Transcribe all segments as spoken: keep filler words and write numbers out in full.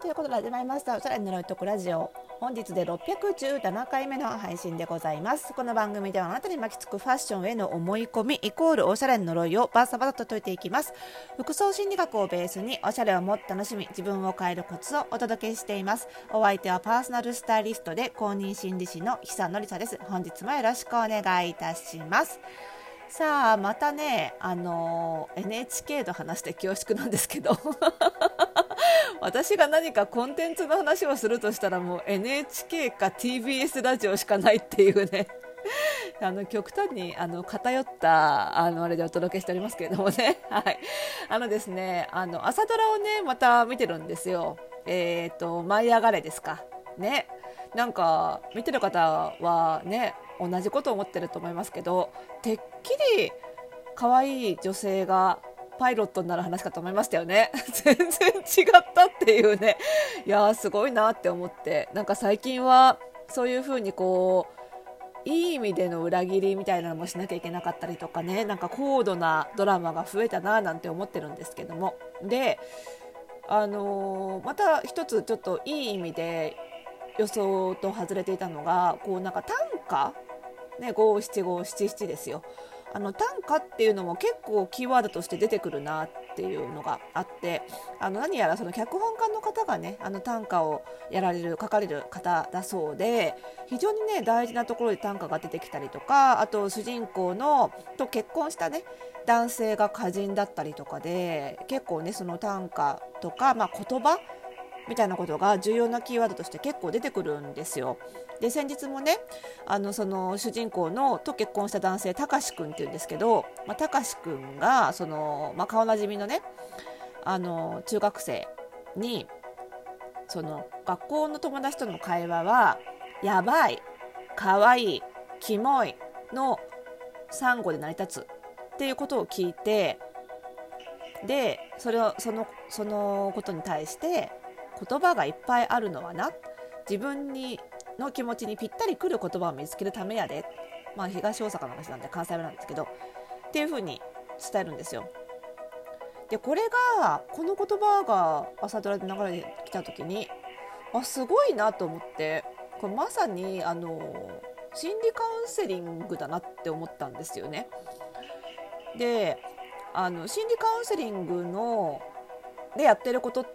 ということで始まりましたおしゃれの呪いとくラジオ。本日でろっぴゃくじゅうななかいめの配信でございます。この番組ではあなたに巻きつくファッションへの思い込みイコールおしゃれの呪いをバサバサと解いていきます。服装心理学をベースにおしゃれをもっと楽しみ、自分を変えるコツをお届けしています。お相手はパーソナルスタイリストで公認心理師の久典沙です。本日もよろしくお願いいたします。さあまたね、あの エヌエイチケー と話して恐縮なんですけど私が何かコンテンツの話をするとしたらもう エヌエイチケー か ティービーエス ラジオしかないっていうねあの極端にあの偏ったあのあれでお届けしておりますけれどもねはいあのですねあの朝ドラをねまた見てるんですよ。えっと舞い上がれですかね。なんか見てる方はね同じことを思ってると思いますけど、てっきり可愛い女性がパイロットになる話かと思いましたよね全然違ったっていうね。いやーすごいなって思って、なんか最近はそういう風にこういい意味での裏切りみたいなのもしなきゃいけなかったりとかね、なんか高度なドラマが増えたななんて思ってるんですけども、であのー、また一つちょっといい意味で予想と外れていたのが、こうなんか短歌ね、ごしちごしちしちですよ。あの短歌っていうのも結構キーワードとして出てくるなっていうのがあって、あの何やらその脚本家の方がねあの短歌をやられる書かれる方だそうで、非常にね大事なところで短歌が出てきたりとか、あと主人公のと結婚したね男性が歌人だったりとかで、結構ねその短歌とか、まあ、言葉みたいなことが重要なキーワードとして結構出てくるんですよ。で先日もねあのその主人公のと結婚した男性たかしくんっていうんですけど、まあ、たかしくんがその、まあ、顔なじみのねあの中学生にその学校の友達との会話はやばい、かわいい、キモいのさん語で成り立つっていうことを聞いて、でそれをそのそのことに対して言葉がいっぱいあるのはな、自分にの気持ちにぴったりくる言葉を見つけるためやで、まあ、東大阪の話なんで関西弁なんですけどっていう風に伝えるんですよ。でこれがこの言葉が朝ドラで流れてきた時にあすごいなと思って、これまさにあの心理カウンセリングだなって思ったんですよね。であの心理カウンセリングのでやってることって、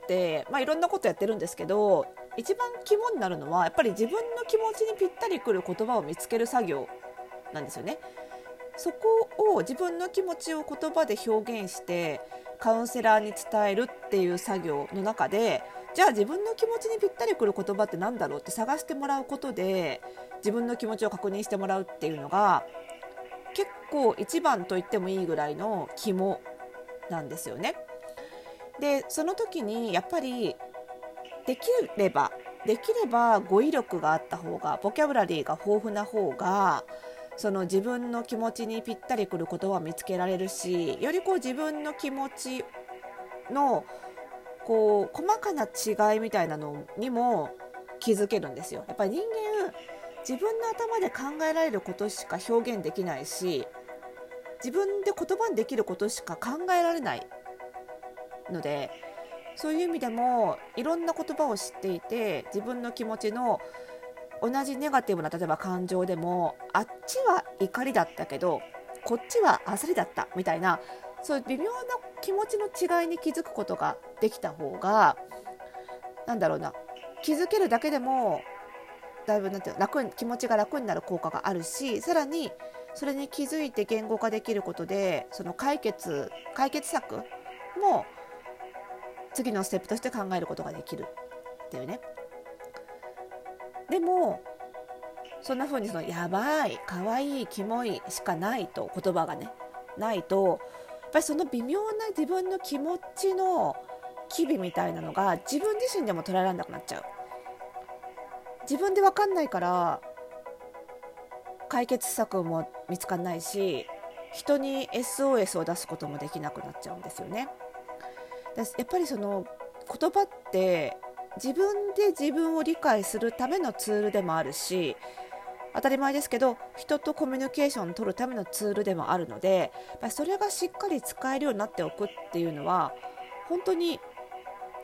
まあ、いろんなことやってるんですけど、一番肝になるのはやっぱり自分の気持ちにぴったりくる言葉を見つける作業なんですよね。そこを自分の気持ちを言葉で表現してカウンセラーに伝えるっていう作業の中で、じゃあ自分の気持ちにぴったりくる言葉ってなんだろうって探してもらうことで自分の気持ちを確認してもらうっていうのが結構一番と言ってもいいぐらいの肝なんですよね。でその時にやっぱりできればできれば語彙力があった方が、ボキャブラリーが豊富な方がその自分の気持ちにぴったりくる言葉を見つけられるし、よりこう自分の気持ちのこう細かな違いみたいなのにも気づけるんですよ。やっぱり人間自分の頭で考えられることしか表現できないし、自分で言葉にできることしか考えられないので、そういう意味でもいろんな言葉を知っていて、自分の気持ちの同じネガティブな例えば感情でも、あっちは怒りだったけどこっちは焦りだったみたいな、そういう微妙な気持ちの違いに気づくことができた方が、なんだろうな、気づけるだけでもだいぶなんていうの楽に気持ちが楽になる効果があるし、さらにそれに気づいて言語化できることでその解決解決策も次のステップとして考えることができるっていうね。でもそんな風にそのやばい、かわいい、キモいしかないと、言葉がねないと、やっぱりその微妙な自分の気持ちの機微みたいなのが自分自身でも捉えられなくなっちゃう。自分で分かんないから解決策も見つかんないし、人に エスオーエス を出すこともできなくなっちゃうんですよね。やっぱりその言葉って自分で自分を理解するためのツールでもあるし、当たり前ですけど人とコミュニケーションを取るためのツールでもあるので、やっぱりそれがしっかり使えるようになっておくっていうのは本当に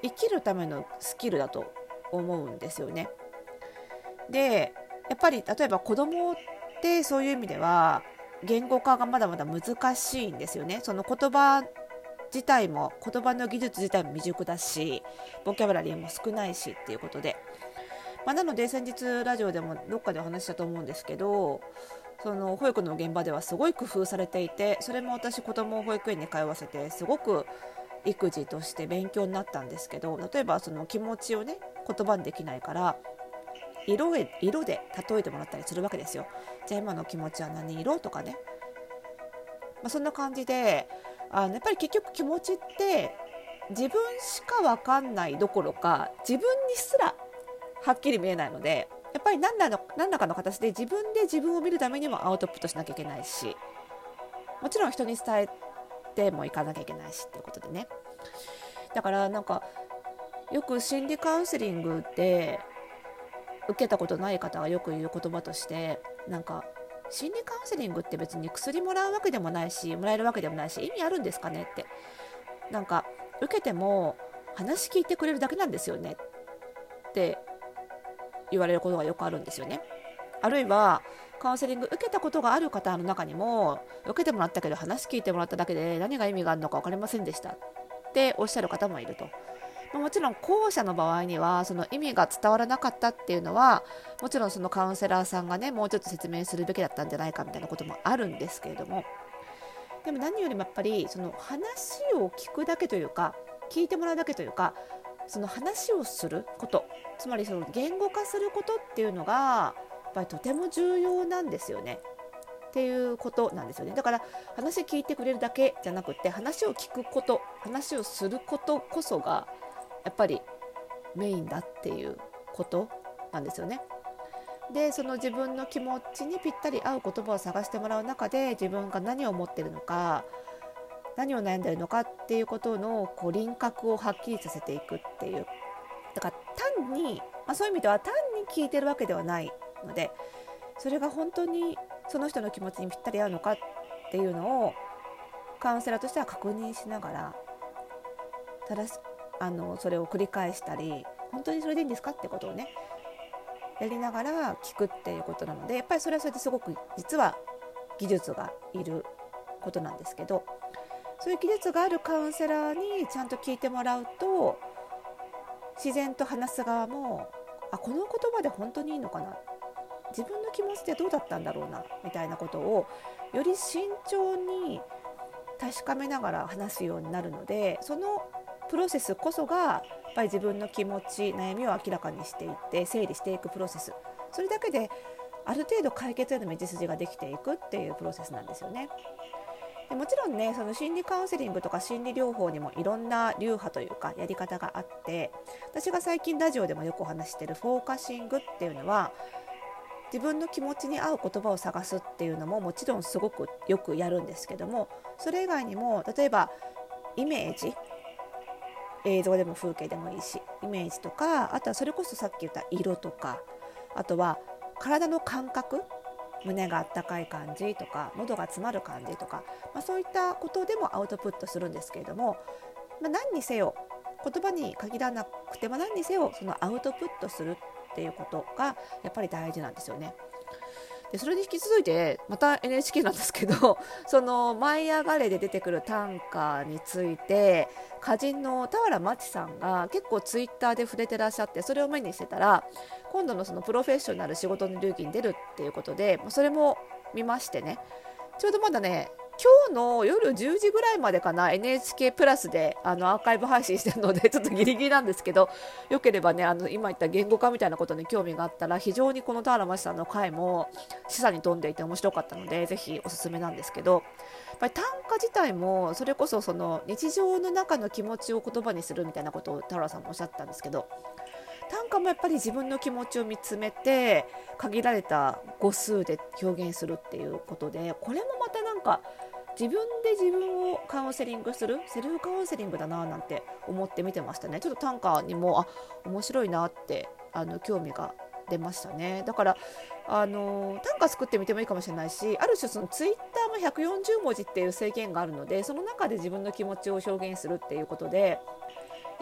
生きるためのスキルだと思うんですよね。でやっぱり例えば子供ってそういう意味では言語化がまだまだ難しいんですよね。その言葉自体も言葉の技術自体も未熟だし、ボキャブラリーも少ないしっていうことで、まあ、なので先日ラジオでもどっかでお話したと思うんですけど、その保育の現場ではすごい工夫されていて、それも私子供を保育園に通わせてすごく育児として勉強になったんですけど、例えばその気持ちをね言葉にできないから色へ色で例えてもらったりするわけですよ。じゃあ今の気持ちは何色とかね、まあ、そんな感じであのやっぱり結局気持ちって自分しか分かんないどころか自分にすらはっきり見えないので、やっぱり何らの何らかの形で自分で自分を見るためにもアウトプットしなきゃいけないし、もちろん人に伝えてもいかなきゃいけないしっていうことでね。だからなんかよく心理カウンセリングって受けたことない方がよく言う言葉として、なんか心理カウンセリングって別に薬もらうわけでもないしもらえるわけでもないし意味あるんですかねって、なんか受けても話聞いてくれるだけなんですよねって言われることがよくあるんですよね。あるいはカウンセリング受けたことがある方の中にも、受けてもらったけど話聞いてもらっただけで何が意味があるのか分かりませんでしたっておっしゃる方もいると。もちろん後者の場合にはその意味が伝わらなかったっていうのはもちろんそのカウンセラーさんがねもうちょっと説明するべきだったんじゃないかみたいなこともあるんですけれども、でも何よりもやっぱりその話を聞くだけというか聞いてもらうだけというか、その話をすること、つまりその言語化することっていうのがやっぱりとても重要なんですよねっていうことなんですよね。だから話聞いてくれるだけじゃなくて話を聞くこと、話をすることこそがやっぱりメインだっていうことなんですよね。でその自分の気持ちにぴったり合う言葉を探してもらう中で、自分が何を思っているのか何を悩んでいるのかっていうことのこう輪郭をはっきりさせていくっていう、だから単に、まあ、そういう意味では単に聞いてるわけではないので、それが本当にその人の気持ちにぴったり合うのかっていうのをカウンセラーとしては確認しながら正しあのそれを繰り返したり、本当にそれでいいんですかってことをねやりながら聞くっていうことなので、やっぱりそれはそれですごく実は技術がいることなんですけど、そういう技術があるカウンセラーにちゃんと聞いてもらうと、自然と話す側もあこの言葉で本当にいいのかな、自分の気持ちでどうだったんだろうなみたいなことをより慎重に確かめながら話すようになるので、そのプロセスこそがやっぱり自分の気持ち悩みを明らかにしていって整理していくプロセス、それだけである程度解決への道筋ができていくっていうプロセスなんですよね。でもちろんねその心理カウンセリングとか心理療法にもいろんな流派というかやり方があって、私が最近ラジオでもよくお話しているフォーカシングっていうのは自分の気持ちに合う言葉を探すっていうのももちろんすごくよくやるんですけども、それ以外にも例えばイメージ、映像でも風景でもいいしイメージとか、あとはそれこそさっき言った色とか、あとは体の感覚、胸があったかい感じとか喉が詰まる感じとか、まあ、そういったことでもアウトプットするんですけれども、まあ、何にせよ言葉に限らなくても何にせよそのアウトプットするっていうことがやっぱり大事なんですよね。でそれに引き続いてまた エヌエイチケー なんですけど、その舞い上がれで出てくる短歌について歌人の田原町さんが結構ツイッターで触れてらっしゃって、それを目にしてたら今度のそのプロフェッショナル仕事の流儀に出るっていうことでそれも見ましてね、ちょうどまだね今日の夜じゅうじぐらいまでかな エヌエイチケー プラスであのアーカイブ配信してるのでちょっとギリギリなんですけど、よければねあの今言った言語化みたいなことに興味があったら非常にこの田原町さんの回も示唆に富んでいて面白かったのでぜひおすすめなんですけど、やっぱり短歌自体もそれこそその日常の中の気持ちを言葉にするみたいなことを田原さんもおっしゃったんですけど、短歌もやっぱり自分の気持ちを見つめて限られた語数で表現するっていうことで、これもまたなんか自分で自分をカウンセリングするセルフカウンセリングだななんて思って見てましたね。ちょっと短歌にもあ面白いなってあの興味が出ましたね。だからあの短歌作ってみてもいいかもしれないし、ある種そのツイッターもひゃくよんじゅうもじっていう制限があるので、その中で自分の気持ちを表現するっていうことで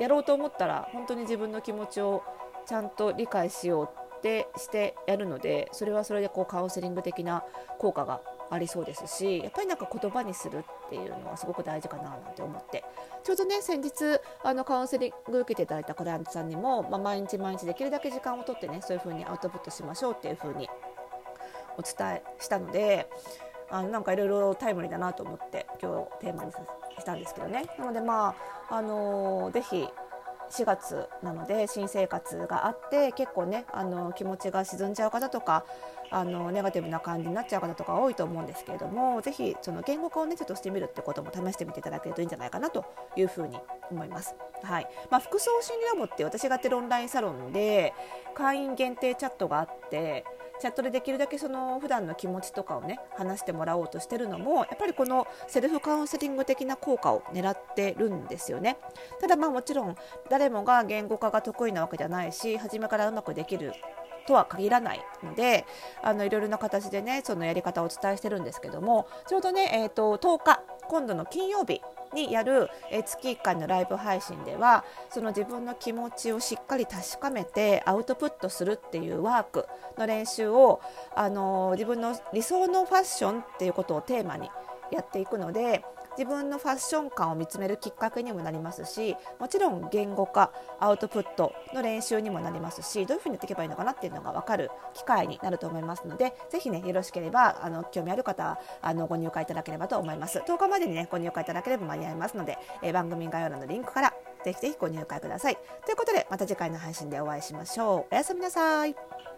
やろうと思ったら本当に自分の気持ちをちゃんと理解しようってしてやるので、それはそれでこうカウンセリング的な効果がありそうですし、やっぱりなんか言葉にするっていうのはすごく大事かななんて思って、ちょうどね先日あのカウンセリング受けていただいたクライアントさんにも、まあ、毎日毎日できるだけ時間をとってね、そういう風にアウトプットしましょうっていう風にお伝えしたので、あのなんかいろいろタイムリーだなと思って今日テーマにしたんですけどね。なのでまああのー、ぜひしがつなので新生活があって結構ねあの気持ちが沈んじゃう方とかあのネガティブな感じになっちゃう方とか多いと思うんですけれども、ぜひその言語化をねちょっとしてみるってことも試してみていただけるといいんじゃないかなというふうに思います。はい。まあ、服装心理ラボって私がやってるオンラインサロンで会員限定チャットがあって、チャットでできるだけその普段の気持ちとかをね話してもらおうとしてるのもやっぱりこのセルフカウンセリング的な効果を狙ってるんですよね。ただまあもちろん誰もが言語化が得意なわけじゃないし、初めからうまくできるとは限らないので、あのいろいろな形でねそのやり方をお伝えしてるんですけども、ちょうどね、えーと、とおか今度の金曜日にやる、えー、月いっかいのライブ配信では、その自分の気持ちをしっかり確かめてアウトプットするっていうワークの練習を、あのー、自分の理想のファッションっていうことをテーマにやっていくので、自分のファッション感を見つめるきっかけにもなりますし、もちろん言語化アウトプットの練習にもなりますし、どういうふうにやっていけばいいのかなっていうのが分かる機会になると思いますので、ぜひねよろしければあの興味ある方はあのご入会いただければと思います。とおかまでにねご入会いただければ間に合いますので、えー、番組概要欄のリンクからぜひぜひご入会ください。ということでまた次回の配信でお会いしましょう。おやすみなさい。